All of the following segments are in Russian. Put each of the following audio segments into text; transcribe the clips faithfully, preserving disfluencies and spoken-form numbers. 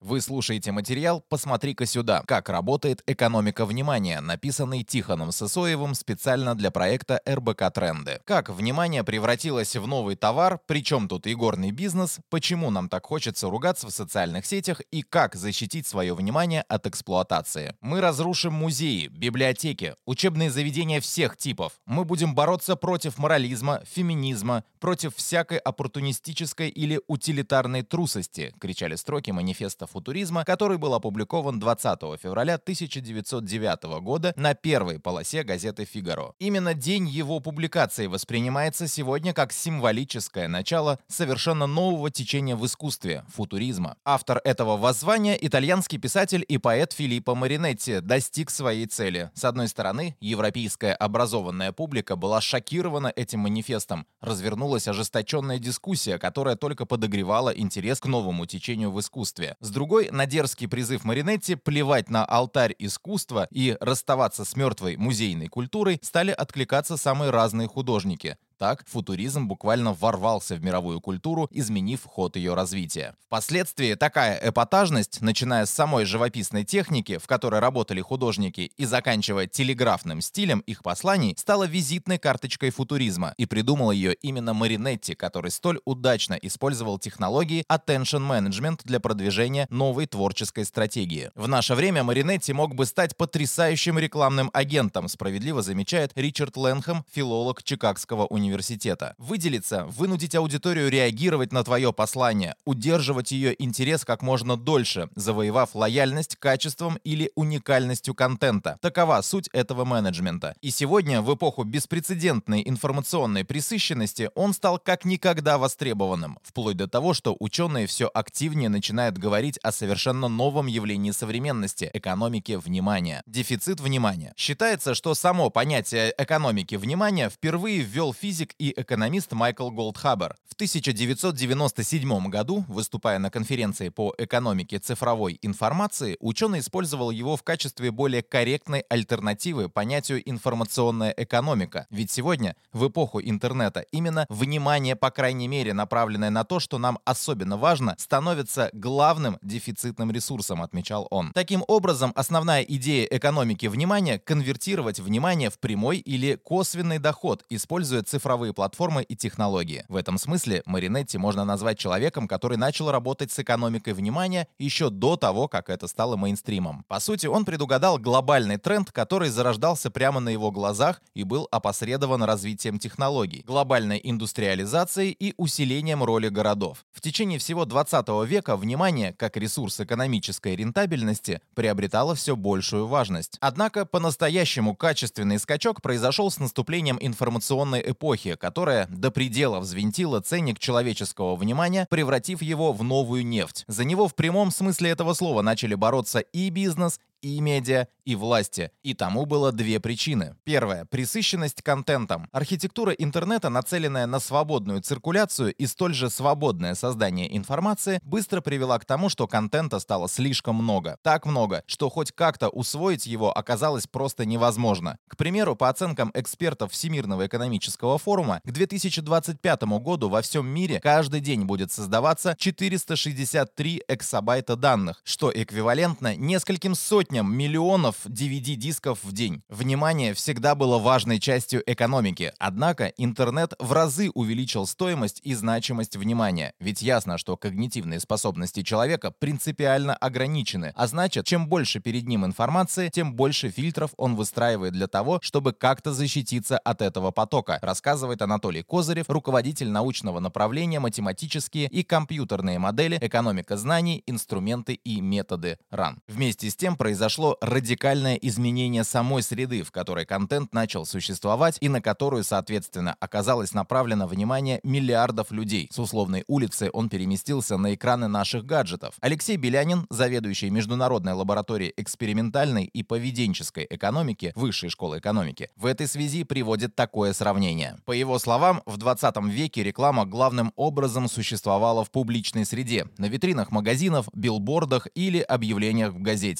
Вы слушаете материал «Посмотри-ка сюда. Как работает экономика внимания», написанный Тихоном Сысоевым специально для проекта эр бэ ка Тренды. Как внимание превратилось в новый товар, причем тут и горный бизнес, почему нам так хочется ругаться в социальных сетях и как защитить свое внимание от эксплуатации. Мы разрушим музеи, библиотеки, учебные заведения всех типов. Мы будем бороться против морализма, феминизма, против всякой оппортунистической или утилитарной трусости, кричали строки манифеста футуризма, который был опубликован двадцатого февраля тысяча девятьсот девятого года на первой полосе газеты «Фигаро». Именно день его публикации воспринимается сегодня как символическое начало совершенно нового течения в искусстве – футуризма. Автор этого воззвания, итальянский писатель и поэт Филиппо Маринетти, достиг своей цели. С одной стороны, европейская образованная публика была шокирована этим манифестом. Развернулась ожесточенная дискуссия, которая только подогревала интерес к новому течению в искусстве. С другой, на дерзкий призыв Маринетти плевать на алтарь искусства и расставаться с мертвой музейной культурой стали откликаться самые разные художники. Так, футуризм буквально ворвался в мировую культуру, изменив ход ее развития. Впоследствии такая эпатажность, начиная с самой живописной техники, в которой работали художники, и заканчивая телеграфным стилем их посланий, стала визитной карточкой футуризма. И придумал ее именно Маринетти, который столь удачно использовал технологии attention management для продвижения новой творческой стратегии. В наше время Маринетти мог бы стать потрясающим рекламным агентом, справедливо замечает Ричард Лэнхэм, филолог Чикагского университета. университета. Выделиться, вынудить аудиторию реагировать на твое послание, удерживать ее интерес как можно дольше, завоевав лояльность качеством или уникальностью контента. Такова суть этого менеджмента. И сегодня, в эпоху беспрецедентной информационной пресыщенности, он стал как никогда востребованным. Вплоть до того, что ученые все активнее начинают говорить о совершенно новом явлении современности – экономике внимания. Дефицит внимания. Считается, что само понятие экономики внимания впервые ввел физик и экономист Майкл Голдхабер. В тысяча девятьсот девяносто седьмом году, выступая на конференции по экономике цифровой информации, ученый использовал его в качестве более корректной альтернативы понятию информационная экономика. Ведь сегодня, в эпоху интернета, именно внимание, по крайней мере, направленное на то, что нам особенно важно, становится главным дефицитным ресурсом, отмечал он. Таким образом, основная идея экономики внимания – конвертировать внимание в прямой или косвенный доход, используя цифровые платформы и технологии. В этом смысле Маринетти можно назвать человеком, который начал работать с экономикой внимания еще до того, как это стало мейнстримом. По сути, он предугадал глобальный тренд, который зарождался прямо на его глазах и был опосредован развитием технологий, глобальной индустриализацией и усилением роли городов. В течение всего двадцатого века внимание, как ресурс экономической рентабельности, приобретало все большую важность. Однако, по-настоящему качественный скачок произошел с наступлением информационной эпохи, которая до предела взвинтила ценник человеческого внимания, превратив его в новую нефть. За него в прямом смысле этого слова начали бороться и бизнес, и медиа, и власти. И тому было две причины. Первая – пресыщенность контентом. Архитектура интернета, нацеленная на свободную циркуляцию и столь же свободное создание информации, быстро привела к тому, что контента стало слишком много. Так много, что хоть как-то усвоить его оказалось просто невозможно. К примеру, по оценкам экспертов Всемирного экономического форума, к две тысячи двадцать пятому году во всем мире каждый день будет создаваться четыреста шестьдесят три эксабайта данных, что эквивалентно нескольким сотням миллионов ди ви ди-дисков в день. Внимание всегда было важной частью экономики, однако интернет в разы увеличил стоимость и значимость внимания. Ведь ясно, что когнитивные способности человека принципиально ограничены, а значит, чем больше перед ним информации, тем больше фильтров он выстраивает для того, чтобы как-то защититься от этого потока, рассказывает Анатолий Козырев, руководитель научного направления математические и компьютерные модели, экономика знаний, инструменты и методы РАН. Вместе с тем произошло произошло радикальное изменение самой среды, в которой контент начал существовать и на которую, соответственно, оказалось направлено внимание миллиардов людей. С условной улицы он переместился на экраны наших гаджетов. Алексей Белянин, заведующий Международной лабораторией экспериментальной и поведенческой экономики Высшей школы экономики, в этой связи приводит такое сравнение. По его словам, в двадцатом веке реклама главным образом существовала в публичной среде, на витринах магазинов, билбордах или объявлениях в газете. Однако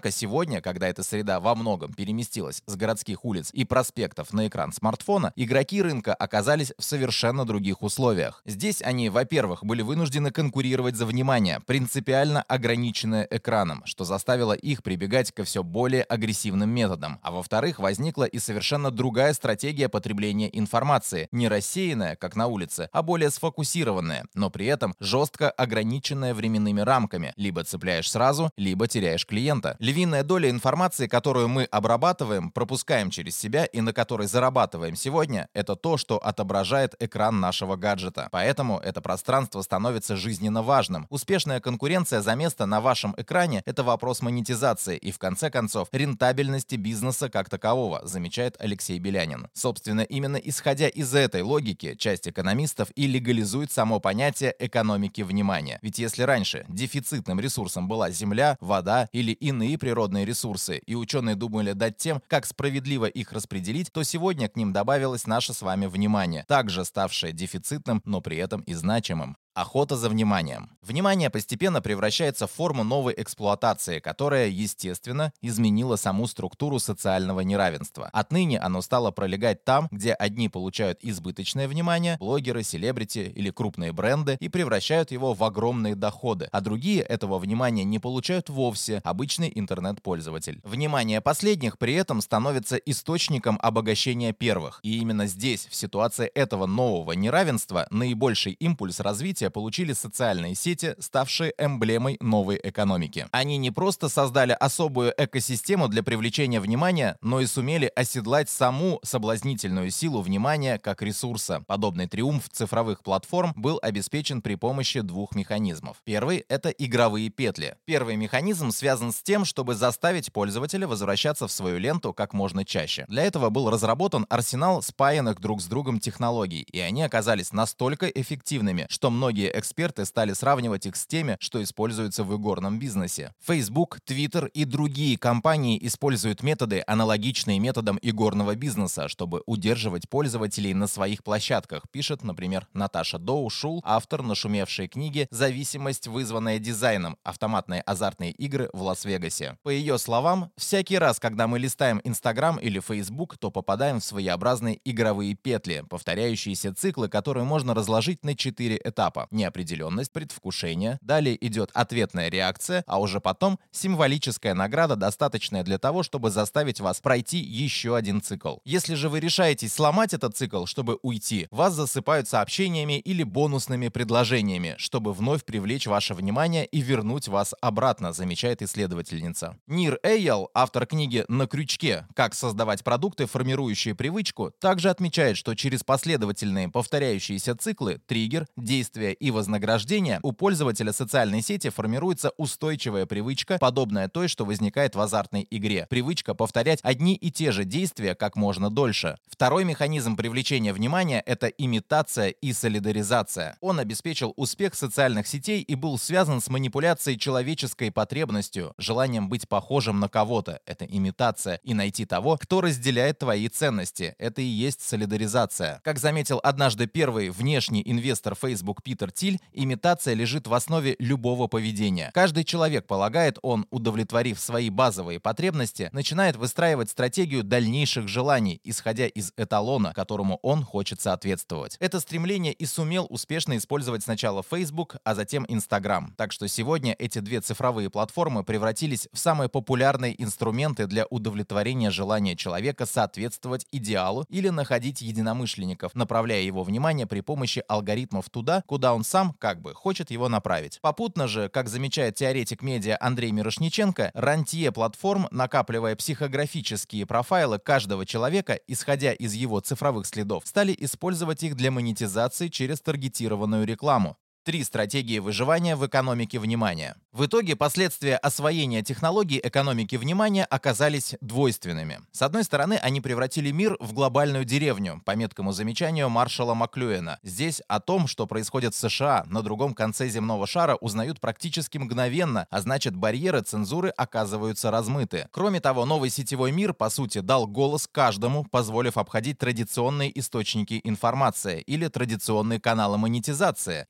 Однако сегодня, когда эта среда во многом переместилась с городских улиц и проспектов на экран смартфона, игроки рынка оказались в совершенно других условиях. Здесь они, во-первых, были вынуждены конкурировать за внимание, принципиально ограниченное экраном, что заставило их прибегать ко все более агрессивным методам. А во-вторых, возникла и совершенно другая стратегия потребления информации, не рассеянная, как на улице, а более сфокусированная, но при этом жестко ограниченная временными рамками. Либо цепляешь сразу, либо теряешь клиента. Львиная доля информации, которую мы обрабатываем, пропускаем через себя и на которой зарабатываем сегодня, это то, что отображает экран нашего гаджета. Поэтому это пространство становится жизненно важным. Успешная конкуренция за место на вашем экране – это вопрос монетизации и, в конце концов, рентабельности бизнеса как такового, замечает Алексей Белянин. Собственно, именно исходя из этой логики, часть экономистов и легализует само понятие экономики внимания. Ведь если раньше дефицитным ресурсом была земля, вода или иные природные ресурсы, и ученые думали над тем, как справедливо их распределить, то сегодня к ним добавилось наше с вами внимание, также ставшее дефицитным, но при этом и значимым. Охота за вниманием. Внимание постепенно превращается в форму новой эксплуатации, которая, естественно, изменила саму структуру социального неравенства. Отныне оно стало пролегать там, где одни получают избыточное внимание, блогеры, селебрити или крупные бренды, и превращают его в огромные доходы, а другие этого внимания не получают вовсе, обычный интернет-пользователь. Внимание последних при этом становится источником обогащения первых. И именно здесь, в ситуации этого нового неравенства, наибольший импульс развития получили социальные сети, ставшие эмблемой новой экономики. Они не просто создали особую экосистему для привлечения внимания, но и сумели оседлать саму соблазнительную силу внимания как ресурса. Подобный триумф цифровых платформ был обеспечен при помощи двух механизмов. Первый — это игровые петли. Первый механизм связан с тем, чтобы заставить пользователя возвращаться в свою ленту как можно чаще. Для этого был разработан арсенал спаянных друг с другом технологий, и они оказались настолько эффективными, что многие Многие эксперты стали сравнивать их с теми, что используются в игорном бизнесе. Facebook, Twitter и другие компании используют методы, аналогичные методам игорного бизнеса, чтобы удерживать пользователей на своих площадках, пишет, например, Наташа Доу-Шул, автор нашумевшей книги «Зависимость, вызванная дизайном. Автоматные азартные игры в Лас-Вегасе». По ее словам, всякий раз, когда мы листаем Instagram или Facebook, то попадаем в своеобразные игровые петли, повторяющиеся циклы, которые можно разложить на четыре этапа. Неопределенность, предвкушение, далее идет ответная реакция, а уже потом символическая награда, достаточная для того, чтобы заставить вас пройти еще один цикл. Если же вы решаетесь сломать этот цикл, чтобы уйти, вас засыпают сообщениями или бонусными предложениями, чтобы вновь привлечь ваше внимание и вернуть вас обратно, замечает исследовательница. Нир Эйял, автор книги «На крючке. Как создавать продукты, формирующие привычку», также отмечает, что через последовательные повторяющиеся циклы, триггер, действия и вознаграждения у пользователя социальной сети формируется устойчивая привычка, подобная той, что возникает в азартной игре. Привычка повторять одни и те же действия как можно дольше. Второй механизм привлечения внимания – это имитация и солидаризация. Он обеспечил успех социальных сетей и был связан с манипуляцией человеческой потребностью, желанием быть похожим на кого-то. Это имитация. И найти того, кто разделяет твои ценности. Это и есть солидаризация. Как заметил однажды первый внешний инвестор Facebook Питер Тиль, имитация лежит в основе любого поведения. Каждый человек полагает, он, удовлетворив свои базовые потребности, начинает выстраивать стратегию дальнейших желаний, исходя из эталона, которому он хочет соответствовать. Это стремление и сумел успешно использовать сначала Facebook, а затем Instagram. Так что сегодня эти две цифровые платформы превратились в самые популярные инструменты для удовлетворения желания человека соответствовать идеалу или находить единомышленников, направляя его внимание при помощи алгоритмов туда, куда он сам, как бы, хочет его направить. Попутно же, как замечает теоретик медиа Андрей Мирошниченко, рантье платформ, накапливая психографические профайлы каждого человека, исходя из его цифровых следов, стали использовать их для монетизации через таргетированную рекламу. Три стратегии выживания в экономике внимания. В итоге последствия освоения технологий экономики внимания оказались двойственными. С одной стороны, они превратили мир в глобальную деревню, по меткому замечанию Маршала Маклюэна. Здесь о том, что происходит в США, на другом конце земного шара, узнают практически мгновенно, а значит, барьеры цензуры оказываются размыты. Кроме того, новый сетевой мир, по сути, дал голос каждому, позволив обходить традиционные источники информации или традиционные каналы монетизации, используя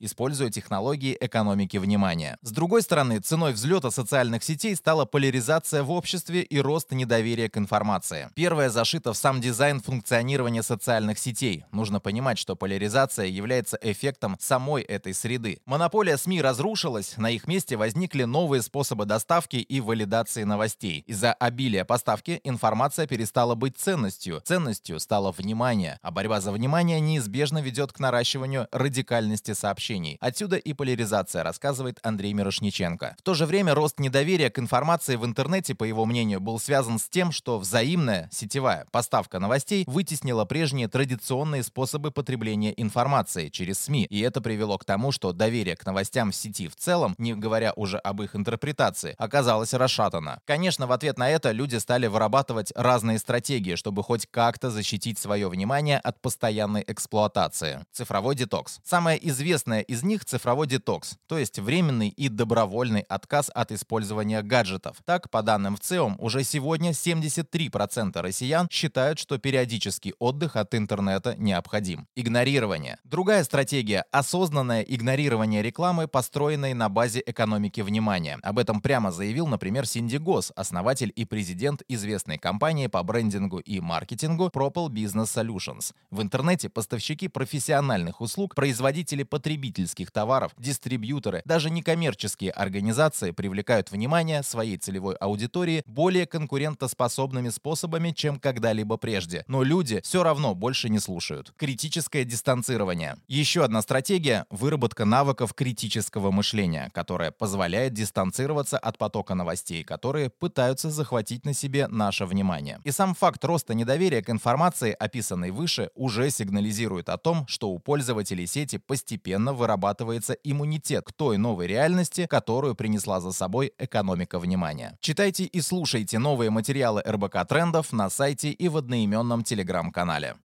используя технологии экономики внимания. С другой стороны, ценой взлета социальных сетей стала поляризация в обществе и рост недоверия к информации. Первое зашито в сам дизайн функционирования социальных сетей. Нужно понимать, что поляризация является эффектом самой этой среды. Монополия СМИ разрушилась, на их месте возникли новые способы доставки и валидации новостей. Из-за обилия поставки информация перестала быть ценностью. Ценностью стало внимание, а борьба за внимание неизбежно ведет к наращиванию радикальности сообщений. Отсюда и поляризация, рассказывает Андрей Мирошниченко. В то же время рост недоверия к информации в интернете, по его мнению, был связан с тем, что взаимная сетевая поставка новостей вытеснила прежние традиционные способы потребления информации через СМИ, и это привело к тому, что доверие к новостям в сети в целом, не говоря уже об их интерпретации, оказалось расшатано. Конечно, в ответ на это люди стали вырабатывать разные стратегии, чтобы хоть как-то защитить свое внимание от постоянной эксплуатации. Цифровой детокс. Самая известная из них — цифровой детокс, то есть временный и добровольный отказ от использования гаджетов. Так, по данным ВЦИОМ, уже сегодня семьдесят три процента россиян считают, что периодический отдых от интернета необходим. Игнорирование. Другая стратегия — осознанное игнорирование рекламы, построенной на базе экономики внимания. Об этом прямо заявил, например, Синди Гос, основатель и президент известной компании по брендингу и маркетингу Propel Business Solutions. В интернете поставщики профессиональных услуг, производители потребительских товаров, дистрибьюторы, даже некоммерческие организации привлекают внимание своей целевой аудитории более конкурентоспособными способами, чем когда-либо прежде. Но люди все равно больше не слушают. Критическое дистанцирование. Еще одна стратегия — выработка навыков критического мышления, которая позволяет дистанцироваться от потока новостей, которые пытаются захватить на себе наше внимание. И сам факт роста недоверия к информации, описанной выше, уже сигнализирует о том, что у пользователей сети постепенно вырабатывается иммунитет к той новой реальности, которую принесла за собой экономика внимания. Читайте и слушайте новые материалы эр бэ ка Трендов на сайте и в одноименном телеграм-канале.